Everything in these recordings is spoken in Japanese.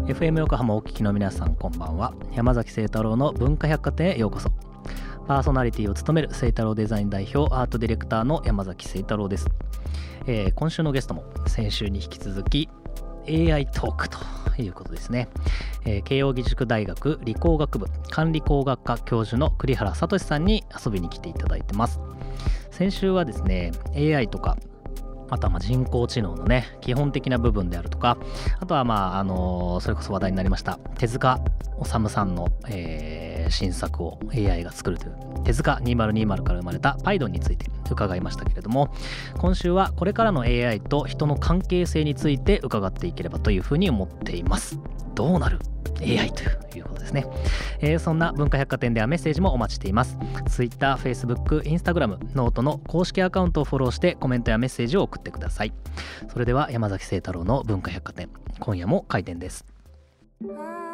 FM 横浜お聞きの皆さん、こんばんは。山崎清太郎の文化百貨店へようこそ。パーソナリティを務める清太郎デザイン代表アートディレクターの山崎清太郎です。今週のゲストも先週に引き続き AI トークということですね。慶應義塾大学理工学部管理工学科教授の栗原聡さんに遊びに来ていただいてます。先週はですね AI とかあとは人工知能のね基本的な部分であるとか、あとはそれこそ話題になりました手塚治虫さんの、新作を AI が作るという手塚2020から生まれた Python について伺いましたけれども、今週はこれからの AI と人の関係性について伺っていければというふうに思っています。どうなるAI ということですね。そんな文化百貨店ではメッセージもお待ちしています。Twitter、Facebook、Instagram、ノートの公式アカウントをフォローしてコメントやメッセージを送ってください。それでは山崎清太郎の文化百貨店、今夜も開店です。 FM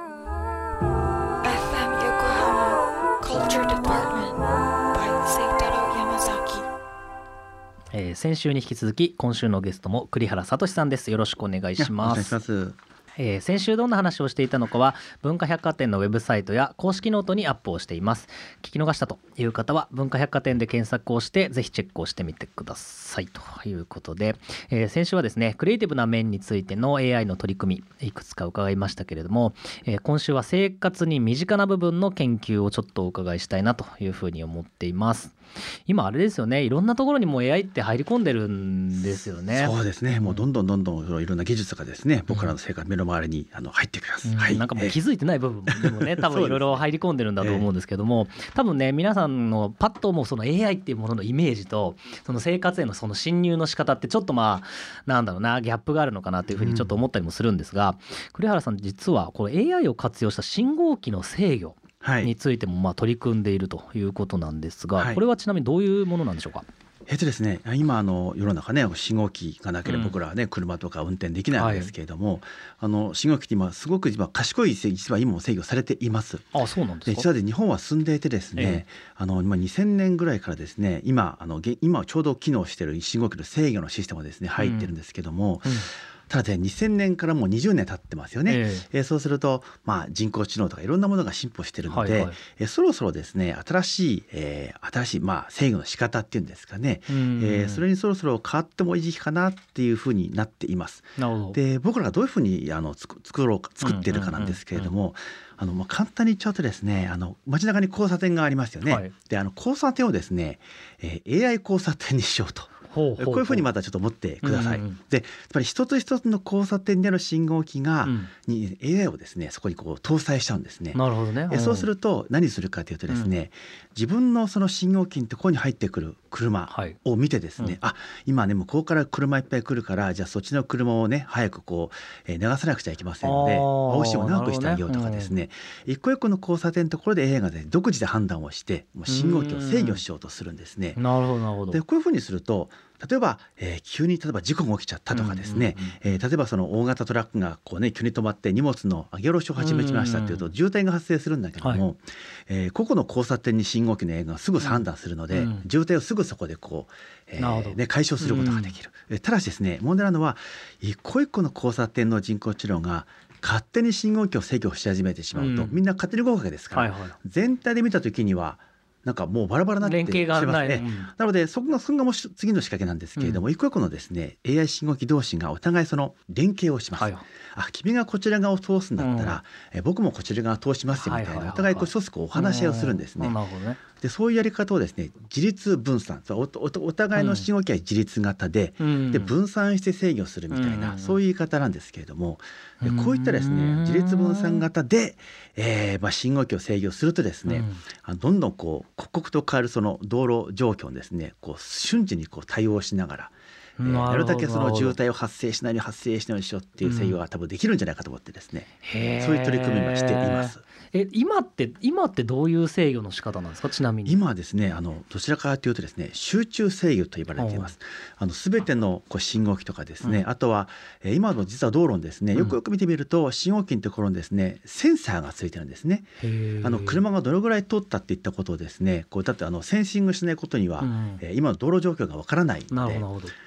横浜 Culture Department by 清太郎山崎。 先週に引き続き今週のゲストも栗原聡さんです。よろしくお願いします。 お願いします。 先週どんな話をしていたのかは文化百貨店のウェブサイトや公式ノートにアップをしています。聞き逃したという方は文化百貨店で検索をしてぜひチェックをしてみてくださいということで、先週はですねクリエイティブな面についての AI の取り組みいくつか伺いましたけれども、今週は生活に身近な部分の研究をちょっとお伺いしたいなというふうに思っています。今あれですよね、いろんなところにも AI って入り込んでるんですよね。 そうですね、もうどんどんいろんな技術がですね、僕らの生活目の周りに入ってきます、 なんかもう気づいてない部分でもね多分いろいろ入り込んでるんだと思うんですけども、多分ね皆さんのパッと思うその AI っていうもののイメージとその生活へのその侵入の仕方ってちょっとなんだろうなギャップがあるのかなというふうにちょっと思ったりもするんですが、栗原さん実はこれ AI を活用した信号機の制御についても取り組んでいるということなんですが、これはちなみにどういうものなんでしょうか。 ですね、今世の中ね信号機がなければ僕らはね、車とか運転できないんですけれども、信号機って今すごく賢い実は今も制御されています。 あ、そうなんですか。 実は日本は進んでいてですね、今2000年ぐらいからですね今ちょうど機能している信号機の制御のシステムがですね入ってるんですけども、ただね2000年からもう20年経ってますよね。そうすると人工知能とかいろんなものが進歩してるので、そろそろですね新しい制御の仕方っていうんですかね、それにそろそろ変わってもいい時期かなっていうふうになっています。で僕らがどういうふうに作っているかなんですけれども、簡単に言っちゃうとですね街中に交差点がありますよね。で交差点をですね、AI 交差点にしようと。こういうふうにまたちょっと思ってください。でつまり一つ一つの交差点での信号機に AI をですねそこに搭載しちゃうんですね。 なるほどね。 そうすると何するかというとですね、自分のその信号機のところに入ってくる車を見てですね、今ね向こうから車いっぱい来るからじゃあそっちの車をね早く流さなくちゃいけませんので青信を長くしてあげようとかですね、一個一個の交差点のところで AI が独自で判断をしてもう信号機を制御しようとするんですね。 なるほどなるほど。 でこういうふうにすると例えば、急に事故が起きちゃったとかですね、例えばその大型トラックが急に止まって荷物の上げ下ろしを始めましたっていうと渋滞が発生するんだけども、個々の交差点に信号機の AI がすぐ判断するので、渋滞をすぐそこで解消することができる。ただしですね問題なのは一個一個の交差点の人工知能が勝手に信号機を制御し始めてしまうと、みんな勝手に動くわけですから、全体で見た時にはなんかもうバラバラになってしまいますね。なのでそこがもう次の仕掛けなんですけれども、一個一個のですね AI 信号機同士がお互いその連携をします。君がこちら側を通すんだったら、僕もこちら側を通しますよみたいなお互い一つお話し合いをするんですね。でそういうやり方をですね自立分散、お互いの信号機は自立型で、分散して制御するみたいな、そういう言い方なんですけれども、こういったですね自立分散型で、信号機を制御するとですね、どんどん刻々と変わるその道路状況にですね瞬時に対応しながら、なるだけその渋滞を発生しないようにしようっていう制御が多分できるんじゃないかと思ってですね、そういう取り組みをしています。 今ってどういう制御の仕方なんですか。ちなみに今はですねどちらかというとですね集中制御と呼ばれています。全ての信号機とかですね、あとは今の実は道路にですねよく見てみると信号機のところにですねセンサーがついてるんですね。車がどのぐらい通ったっていったことをですねだってセンシングしないことには、今の道路状況がわからないので、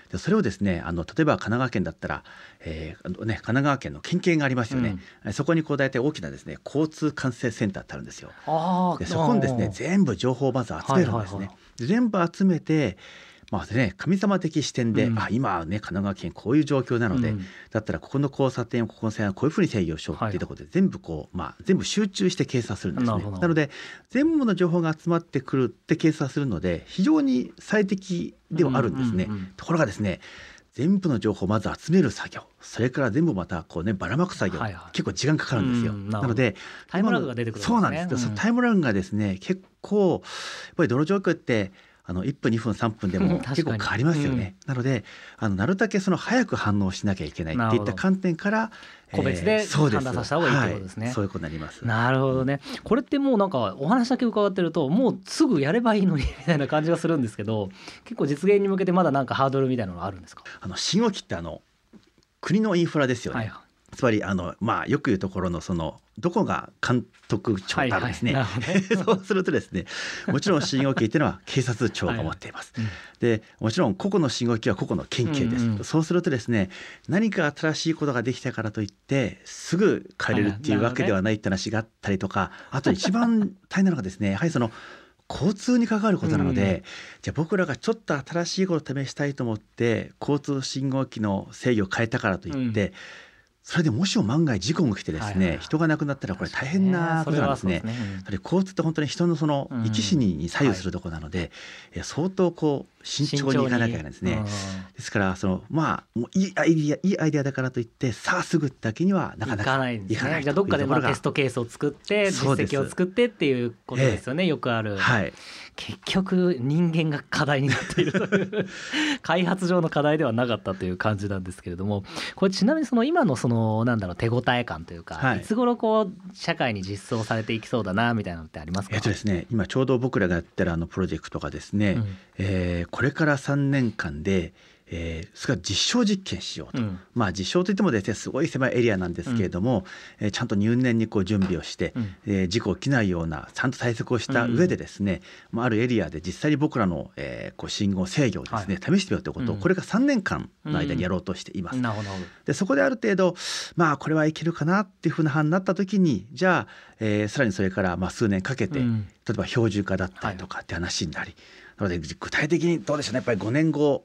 でそれをですね例えば神奈川県だったら、神奈川県の県警がありますよね、そこにこう大体大きなですね交通管制センターってあるんですよ。でそこにですね全部情報をまず集めるんですね。で全部集めて神様的視点で、今ね神奈川県こういう状況なので、だったらここの交差点ここの線はこういうふうに制御しようっていうところで全部全部集中して計算するんですね。なので全部の情報が集まってくるって計算するので非常に最適ではあるんですね。ところがですね全部の情報をまず集める作業、それから全部またばらまく作業、結構時間かかるんですよ。なのでタイムラグが出てくるんですね。 そうなんです。タイムラグがですね結構やっぱり道路状況って1分2分3分でも結構変わりますよね。なのでなるだけ早く反応しなきゃいけないっていった観点から個別で判断させた方がいいってことですね。 そういうことになります。 なるほどね。これってもうなんかお話だけ伺ってるともうすぐやればいいのにみたいな感じがするんですけど、結構実現に向けてまだなんかハードルみたいなのがあるんですか？ 信号機って国のインフラですよね。つまりよく言うところのどこが監督庁なんですね。そうするとですねもちろん信号機っていうのは警察庁が持っています。でもちろん個々の信号機は個々の県警です。そうするとですね何か新しいことができたからといってすぐ変えれるっていうわけではないって話があったりとか、あと一番大変なのがですねやはり交通に関わることなので、じゃあ僕らがちょっと新しいことを試したいと思って交通信号機の制御を変えたからといって、それでもしも万が一事故が起きてですね、人が亡くなったらこれ大変なことなんですね。交通って本当に人の生き死にに左右するところなので、相当慎重にいかなきゃいけないですね。ですからもういいアイデアだからといってさあすぐだけにはなかなかいかないんですね。 じゃあどっかでテストケースを作って実績を作ってっていうことですよね。よくある。結局人間が課題になっているという開発上の課題ではなかったという感じなんですけれども、これちなみに今の手応え感というか、いつ頃社会に実装されていきそうだなみたいなのってありますか？ ですね、今ちょうど僕らがやってるプロジェクトがですね、これから3年間でそれから実証実験しようと、実証といってもですねすごい狭いエリアなんですけれども、ちゃんと入念に準備をして、事故起きないようなちゃんと対策をした上でですね、あるエリアで実際に僕らの、信号制御をですね、試してみようということをこれが3年間の間にやろうとしています。でそこである程度これはいけるかなっていうふうな判断になった時に、じゃあ、さらにそれから数年かけて、例えば標準化だったりとかって話になり、なので具体的にどうでしょうね、やっぱり5年後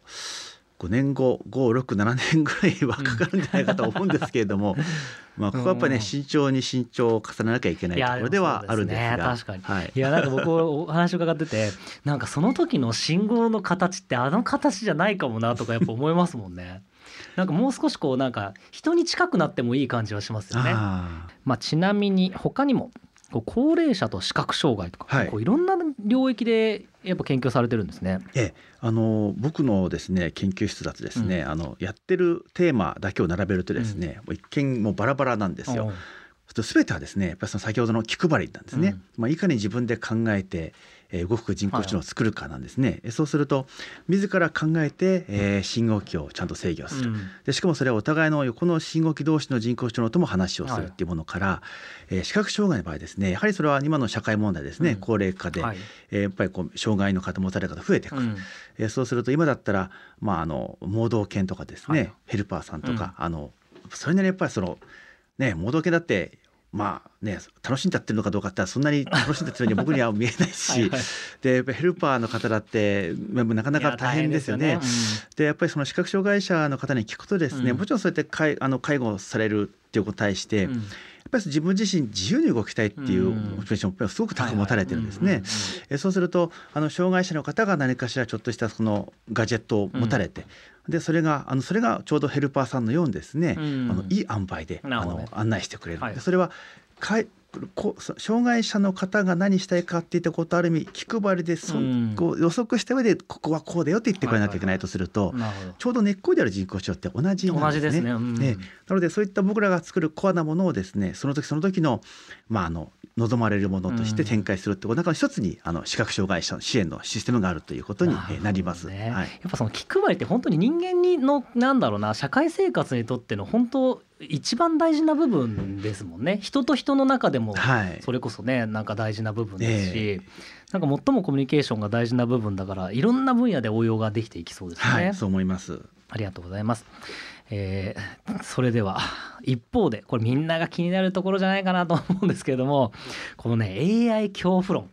5、6、7年ぐらいはかかるんじゃないかと思うんですけれどもここはやっぱりね慎重に慎重を重ねなきゃいけないところではあるんですが、 確かに、いやなんか僕お話伺っててなんかその時の信号の形って形じゃないかもなとかやっぱ思いますもんね。なんかもう少しなんか人に近くなってもいい感じはしますよね。ちなみに他にも高齢者と視覚障害とか、いろんな領域でやっぱ研究されてるんですね。 僕のですね研究室だとですね、やってるテーマだけを並べるとですね、一見もうバラバラなんですよ。全てはですねやっぱり先ほどの気配りなんですね。いかに自分で考えて動く人工知能を作るかなんですね。そうすると自ら考えて、信号機をちゃんと制御する。でしかもそれはお互いの横の信号機同士の人工知能とも話をするっていうものから、視覚障害の場合ですねやはりそれは今の社会問題ですね、高齢化で、やっぱり障害の方持たれる方増えてくる。そうすると今だったら、盲導犬とかですね、ヘルパーさんとか、それなりにやっぱり盲導犬だって楽しんじゃってるのかどうかってそんなに楽しんでってるように僕には見えないしでやっぱりヘルパーの方だってなかなか大変ですよね。でやっぱり視覚障害者の方に聞くとですね、もちろんそうやって介護されるっていうことに対して、やっぱり自分自身自由に動きたいっていうモチベーションをすごく高く持たれてるんですね。そうすると障害者の方が何かしらちょっとしたガジェットを持たれて、でそれがちょうどヘルパーさんのようにですね、いい塩梅で案内してくれる。それは障害者の方が何したいかっていったことをある意味気配りで予測した上でここはこうだよって言ってくれなきゃいけないとすると、ちょうど根っこである人工知能って同じなんですね。なのでそういった僕らが作るコアなものをですねその時その時の望まれるものとして展開するってことの中の一つに視覚障害者の支援のシステムがあるということになります。やっぱ気配りって本当に人間の社会生活にとっての本当一番大事な部分ですもんね。人と人の中でもはいそれこそねなんか大事な部分ですし、なんか最もコミュニケーションが大事な部分だからいろんな分野で応用ができていきそうですね。 はい、そう思います。 ありがとうございます。それでは一方でこれみんなが気になるところじゃないかなと思うんですけれども、このね AI 恐怖論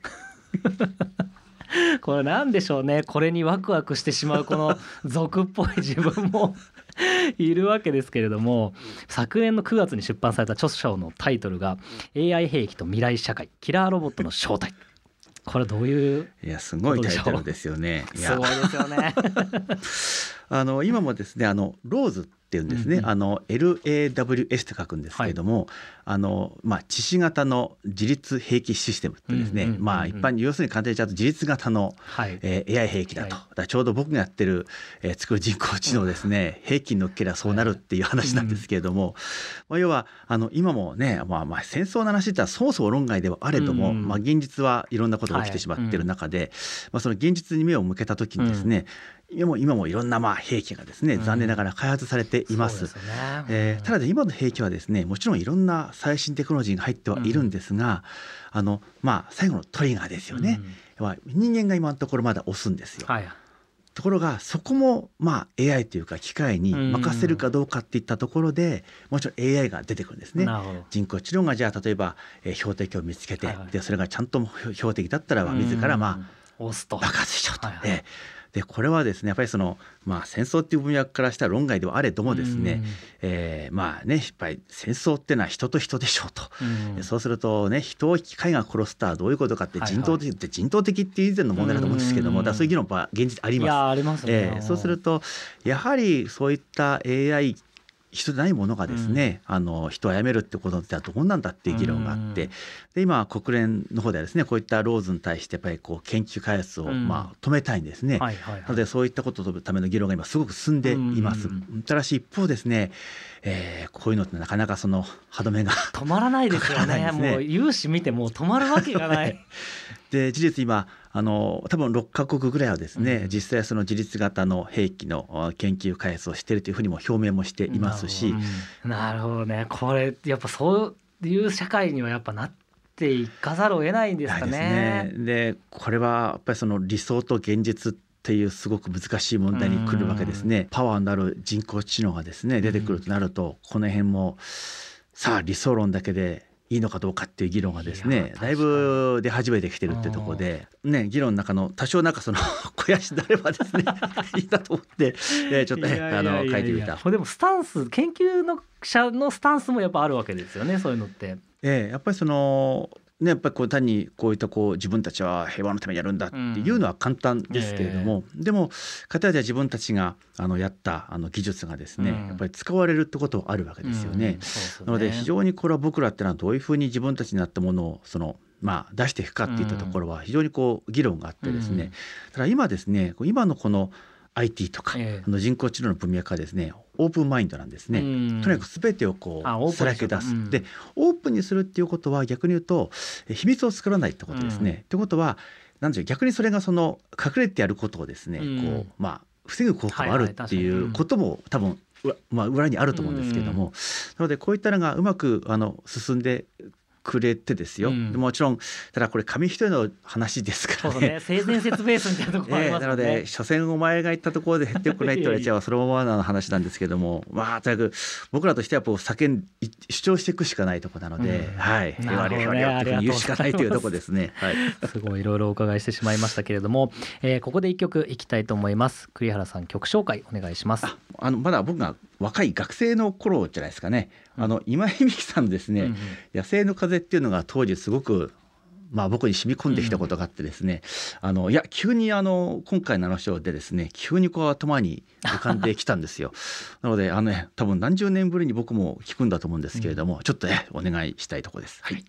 これなんでしょうね。これにワクワクしてしまうこの俗っぽい自分もいるわけですけれども、昨年の9月に出版された著書のタイトルが AI 兵器と未来社会キラーロボットの正体。これどういう、 いやすごいタイトルですよね。いやすごいですよね今もですねローズっていうんですね、LAWS と書くんですけれども、致死型の自律兵器システムってですね、一般に要するに簡単に言っちゃうと自律型の、AI 兵器だと。だからちょうど僕がやってる、作る人工知能ですね、兵器に乗っけりゃそうなるっていう話なんですけれども、要は今もね、戦争の話ってのはそもそも論外ではあれども、現実はいろんなことが起きてしまっている中で、その現実に目を向けた時にですね、今もいろんな兵器がですね残念ながら開発されています。ただ今の兵器はですねもちろんいろんな最新テクノロジーが入ってはいるんですが、最後のトリガーですよね、人間が今のところまだ押すんですよ。ところがそこもAI というか機械に任せるかどうかっていったところでもちろん AI が出てくるんですね。人工知能がじゃあ例えば標的を見つけて、でそれがちゃんと標的だったら自ら押すと爆発しちゃうと。でこれはですねやっぱり戦争っていう分野からしたら論外ではあれどもですね、やっぱり戦争っていうのは人と人でしょうと、そうするとね人を機械が殺すとはどういうことかって人道的って人道的っていう以前の問題だと思うんですけども、だからそういう議論は現実あります。 ありますね。 そうするとやはりそういった AI人でないものがですね、人を殺めるってことってどうなんだっていう議論があって、で今国連の方ではですねこういったローズに対してやっぱり研究開発を止めたいんですね。なのでそういったことのための議論が今すごく進んでいます。ただし一方ですね、こういうのってなかなかその歯止めが止まらないですよね。もう有志見てもう止まるわけがないで事実今多分6カ国ぐらいはですね、実際その自律型の兵器の研究開発をしているというふうにも表明もしていますし。 なるほどね。これやっぱそういう社会にはやっぱなっていかざるを得ないんですかね。 でこれはやっぱりその理想と現実っていうすごく難しい問題に来るわけですね。パワーのある人工知能がですね出てくるとなると、この辺もさあ理想論だけでいいのかどうかっていう議論がですねだいぶ出始めてきてるってところで、議論の中の多少その肥やしであればですねいいなと思って、ちょっと書いてみた。 これでもスタンス研究者のスタンスもやっぱあるわけですよね、そういうのって。 やっぱりやっぱり単にこういった自分たちは平和のためにやるんだっていうのは簡単ですけれども、でも片や自分たちがやった技術がですね、やっぱり使われるってことはあるわけですよね。なので非常にこれは僕らってのはどういうふうに自分たちになったものを出していくかっていったところは非常に議論があってですね、ただ今ですね今のこの IT とか人工知能の文脈はですねオープンマインドなんですね。とにかく全てをさらけ出す。でオープンにするっていうことは逆に言うと秘密を作らないってことですね。ってことは何でしょう、逆にそれが隠れてやることをですね防ぐ効果があるっていうことも多分裏にあると思うんですけれども、なのでこういったのがうまく進んでくれてですよ、もちろんただこれ紙一重の話ですからね。 性善説ベースみたいなところありますね。 なので所詮お前が言ったところで減ってよくないって言われちゃうそのままの話なんですけども、とにかく僕らとしては主張していくしかないところなので、平和平和って言うしかないというところですね。 すごいいろいろお伺いしてしまいましたけれども、ここで一曲いきたいと思います。栗原さん曲紹介お願いします。 まだ僕が若い学生の頃じゃないですかね、今井美樹さんのですね、野生の風っていうのが当時すごく僕に染み込んできたことがあってですね、いや急に今回の話でですね急に頭に浮かんできたんですよ。なので多分何十年ぶりに僕も聞くんだと思うんですけれども、ちょっとお願いしたいところです。 FM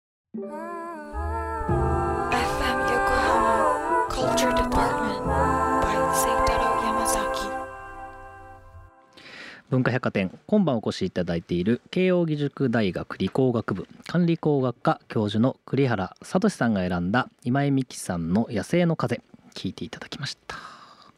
Yokohama Culture Department by Seitaro Yamazaki。 文化百貨店、今晩お越しいただいている慶應義塾大学理工学部管理工学科教授の栗原聡さんが選んだ今井美樹さんの野生の風、聞いていただきました。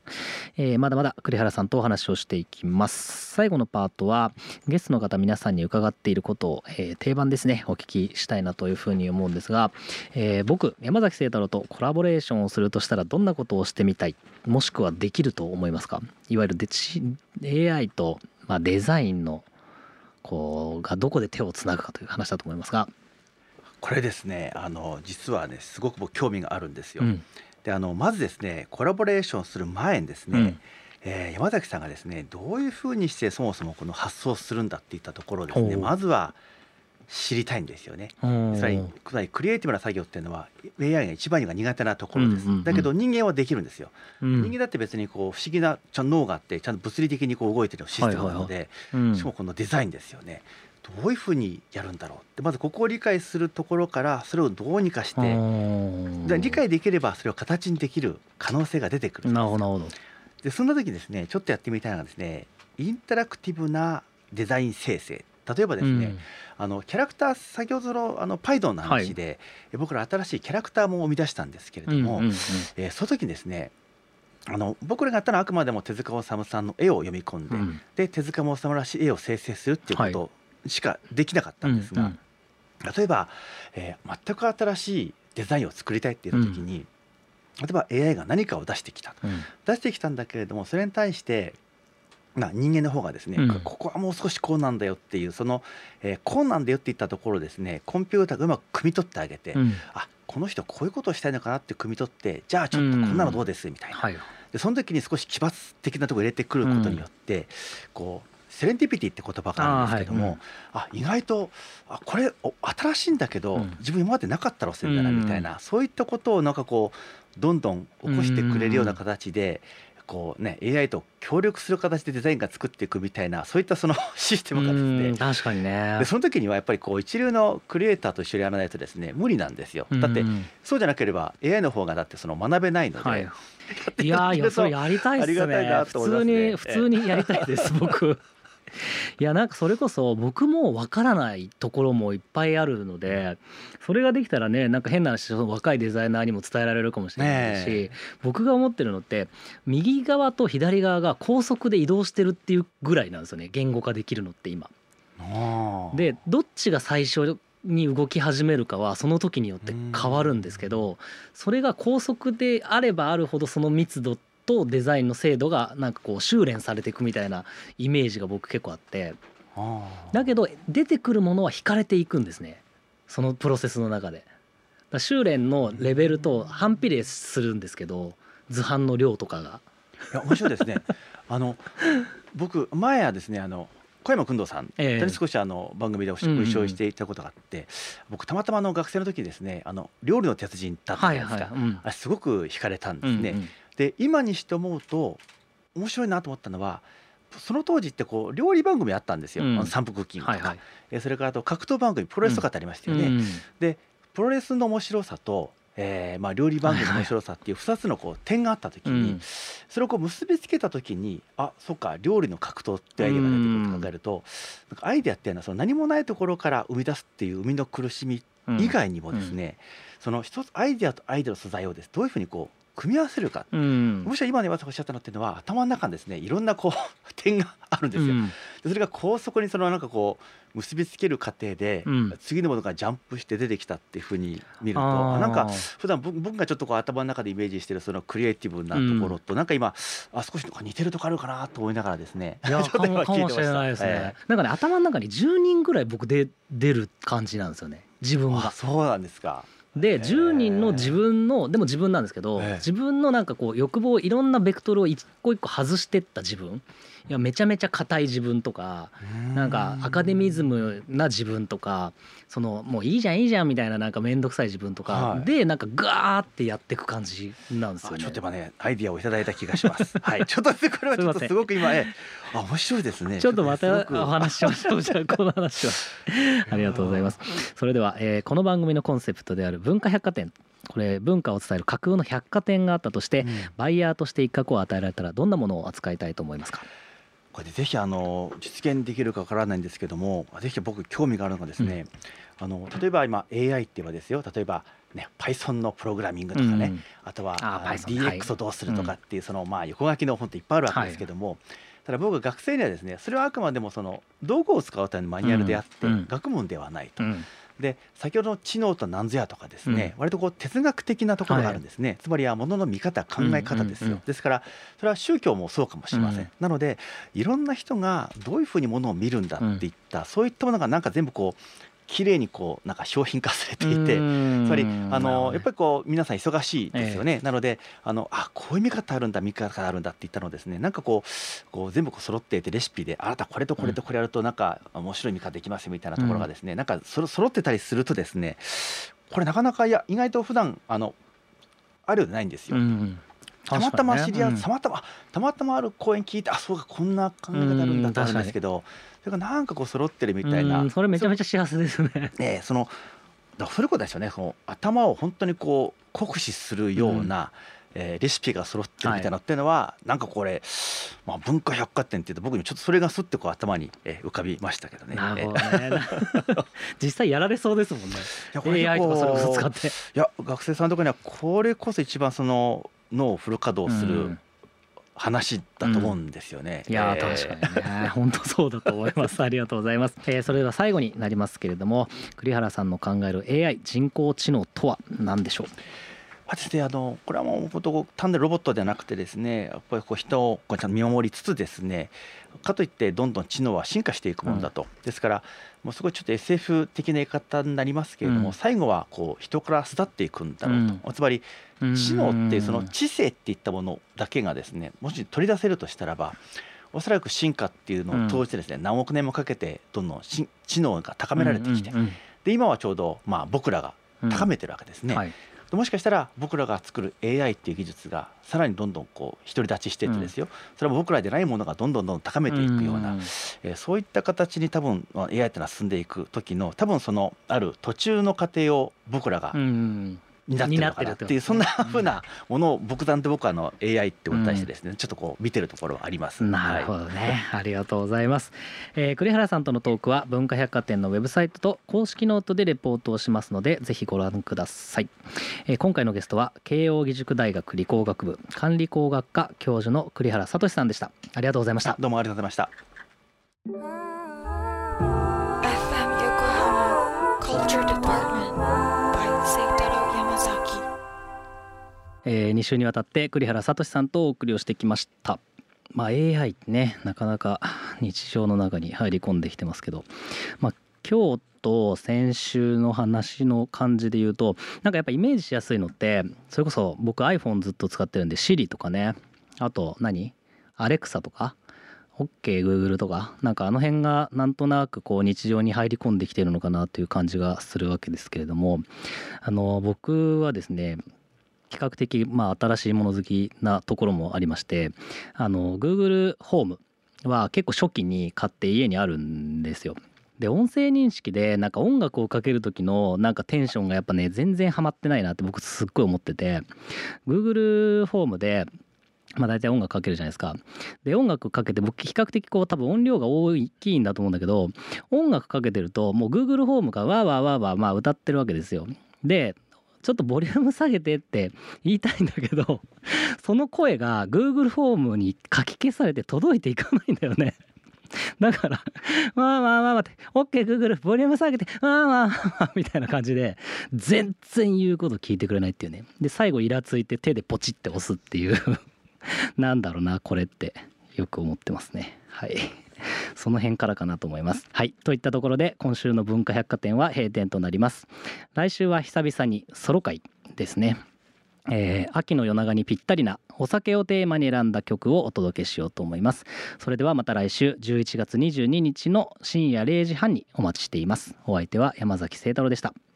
まだまだ栗原さんとお話をしていきます。最後のパートはゲストの方皆さんに伺っていることを、定番ですねお聞きしたいなというふうに思うんですが、僕山崎晴太郎とコラボレーションをするとしたらどんなことをしてみたい、もしくはできると思いますか。いわゆるAI と、デザインのがどこで手をつなぐかという話だと思いますが。 これですね実はねすごく僕興味があるんですよ。 うんでまずですねコラボレーションする前にですね、山崎さんがですねどういうふうにしてそもそもこの発想するんだっていったところをですねほうまずは知りたいんですよね。つまりクリエイティブな作業っていうのは AI が一番が苦手なところです。だけど人間はできるんですよ。人間だって別に不思議な脳があってちゃんと物理的に動いてるシステムなので、しかもこのデザインですよね。どういうふうにやるんだろうってまずここを理解するところからそれをどうにかして理解できればそれを形にできる可能性が出てくるんです。 なるほど。 でそんな時ですねちょっとやってみたいのがですねインタラクティブなデザイン生成。例えばですね、キャラクター先ほどのPython の話で、僕ら新しいキャラクターも生み出したんですけれども、その時にですね僕らがやったのはあくまでも手塚治虫さんの絵を読み込んで、で手塚治虫らしい絵を生成するっていうことしかできなかったんですが、例えば、全く新しいデザインを作りたいっていう時に、例えば AI が何かを出してきた、出してきたんだけれどもそれに対して人間の方がですね、ここはもう少しこうなんだよっていうこうなんだよっていったところをですねコンピューターがうまく汲み取ってあげて、この人こういうことをしたいのかなって汲み取ってじゃあちょっとこんなのどうですみたいな、でその時に少し奇抜的なところを入れてくることによって、セレンディピティって言葉があるんですけども、意外とこれ新しいんだけど、自分今までなかった路線だなみたいな、そういったことをどんどん起こしてくれるような形でAI と協力する形でデザインが作っていくみたいなそういったシステムがですね、 確かにね。でその時にはやっぱり一流のクリエイターと一緒にやらないとですね無理なんですよ。だってそうじゃなければ AI の方がだって学べないので、 いやそれやりたいですね。普通にやりたいです僕。いやそれこそ僕もわからないところもいっぱいあるので、それができたらね変な話若いデザイナーにも伝えられるかもしれないし、僕が思ってるのって右側と左側が高速で移動してるっていうぐらいなんですよね、言語化できるのって今。でどっちが最初に動き始めるかはその時によって変わるんですけど、それが高速であればあるほどその密度とデザインの精度が修練されていくみたいなイメージが僕結構あって、だけど出てくるものは引かれていくんですね、そのプロセスの中で。修練のレベルと反比例するんですけど、図版の量とかが。 いや面白いですね。僕前はですね小山君堂さんと少し番組でご一緒していたことがあって、僕たまたま学生の時ですね料理の鉄人だったじゃないですか、あれすごく惹かれたんですね。で今にして思うと面白いなと思ったのは、その当時って料理番組あったんですよ、サンプクッキングとか、それからあと格闘番組プロレスとかってありましたよね。でプロレスの面白さと料理番組の面白さっていう2つの点があった時に、それを結びつけた時にそっか料理の格闘ってアイデアが出てくると考えると、アイデアっていうのは何もないところから生み出すっていう生みの苦しみ以外にもですね、一つアイデアとアイデアの素材をどういうふうに組み合わせるか、もしろ今ねおっしゃったのっていうのは頭の中にですねいろんな点があるんですよ。でそれが高速に結びつける過程で、次のものがジャンプして出てきたっていうふうに見ると、普段僕がちょっと頭の中でイメージしてるクリエイティブなところと、今少し似てるとこあるかなと思いながらですね、 いやかもしれないですね。頭の中に10人ぐらい僕出る感じなんですよね、自分が。 そうなんですか。 で10人の自分のでも自分なんですけど、自分の欲望いろんなベクトルを一個一個外してった自分、いやめちゃめちゃ硬い自分とか、アカデミズムな自分とか、もういいじゃんいいじゃんみたいな面倒くさい自分とかでガーってやっていく感じなんですよね。 ちょっと今ねアイディアをいただいた気がします。はい、ちょっとこれはちょっとすごく今面白いですね。 ちょっとまたお話ししましょう。じゃあこの話はありがとうございます。それでは、この番組のコンセプトである文化百貨店、これ文化を伝える架空の百貨店があったとして、バイヤーとして一角を与えられたらどんなものを扱いたいと思いますか。 これでぜひ実現できるかわからないんですけども、ぜひ僕興味があるのがですね、 例えば今 AI って言えばですよ、例えばね、Python のプログラミングとかね、あとは Python DX をどうするとかっていうその横書きの本っていっぱいあるわけですけども、ただ僕は学生にはですね、それはあくまでもその道具を使うためのマニュアルであって学問ではないと。で先ほどの知能とは何ぞやとかですね、割とこう哲学的なところがあるんですね。つまりはものの見方考え方ですよ。ですからそれは宗教もそうかもしれません。なのでいろんな人がどういうふうにものを見るんだっていった、そういったものがなんか全部こう綺麗にこうなんか商品化されていて、つまりやっぱりこう皆さん忙しいですよね。なのでこういう見方あるんだ、見方があるんだって言ったのをですね、なんかこう全部こう揃っていてレシピで、あなたこれとこれとこれやるとなんか面白い見方できますよみたいなところがですね、なんか揃ってたりするとですね、これなかなか意外と普段あるようでないんですよ。たまたま知り合う、たまたまある講演聞いて、そうかこんな考え方あるんだってあるんですけど、それがなんかこう揃ってるみたいな、 それめちゃめちゃ幸せですね。 だからそういうことですよね。その頭を本当にこう酷使するような、レシピが揃ってるみたいなのっていうのは、なんかこれ、文化百貨店っていうと僕にちょっとそれがすってこう頭に浮かびましたけどね。 なるほどね。実際やられそうですもんね。AI とかそれこそ使って。いや学生さんとかにはこれこそ一番その脳をフル稼働する話だと思うんですよね。 いや確かにね、本当そうだと思います。ありがとうございます。それでは最後になりますけれども、栗原さんの考える AI 人工知能とは何でしょう？ ですね、これはもう本当単なるロボットではなくてですね、やっぱりこう人をこうちゃんと見守りつつですね、かといってどんどん知能は進化していくものだと。ですからもうすごいちょっと SF 的な言い方になりますけれども、最後はこう人から巣立っていくんだろうと。つまり知能っていうその知性っていったものだけがですね、もし取り出せるとしたらば、おそらく進化っていうのを通じてですね、何億年もかけてどんどん知能が高められてきて、で今はちょうど僕らが高めてるわけですね。もしかしたら僕らが作る AI っていう技術がさらにどんどんこう独り立ちしていってですよ、それは僕らでないものがどんどん高めていくような、そういった形に多分 AI っていうのは進んでいく時の、多分そのある途中の過程を僕らが担ってるのかなっていう、そんなふうなものを僕はAI ってことに対してですね、ちょっとこう見てるところはあります。 なるほどね、ありがとうございます。栗原さんとのトークは文化百貨店のウェブサイトと公式ノートでレポートをしますので、ぜひご覧ください。今回のゲストは慶應義塾大学理工学部管理工学科教授の栗原聡さんでした。ありがとうございました。 どうもありがとうございました。 FM Yokohama Culture Department by Seitaro Yamazaki。 2週にわたって栗原聡さんとお送りをしてきました。AI ってね、なかなか日常の中に入り込んできてますけど、今日と先週の話の感じで言うと、なんかやっぱイメージしやすいのって、それこそ僕 iPhone ずっと使ってるんで Siri とかね、あとAlexa とか OKGoogle とか、なんかあの辺がなんとなくこう日常に入り込んできてるのかなという感じがするわけですけれども、僕はですね、比較的新しいもの好きなところもありまして、Google ホームは結構初期に買って家にあるんですよ。で音声認識でなんか音楽をかける時のなんかテンションがやっぱね全然ハマってないなって僕すっごい思ってて、 Google ホームで大体音楽かけるじゃないですか。で音楽かけて、僕比較的こう多分音量が大きいんだと思うんだけど、音楽かけてるともう Google ホームがわーわーわーわー歌ってるわけですよ。でちょっとボリューム下げてって言いたいんだけど、その声が Google ホームにかき消されて届いていかないんだよね。だからって OK Google ボリューム下げてみたいな感じで全然言うこと聞いてくれないっていうね。で最後イラついて手でポチって押すっていうなんだろうなこれってよく思ってますね。はい、その辺からかなと思います。はい、といったところで今週の文化百貨店は閉店となります。来週は久々にソロ会ですね。秋の夜長にぴったりなお酒をテーマに選んだ曲をお届けしようと思います。それではまた来週11月22日の深夜0時半にお待ちしています。お相手は山崎誠太郎でした。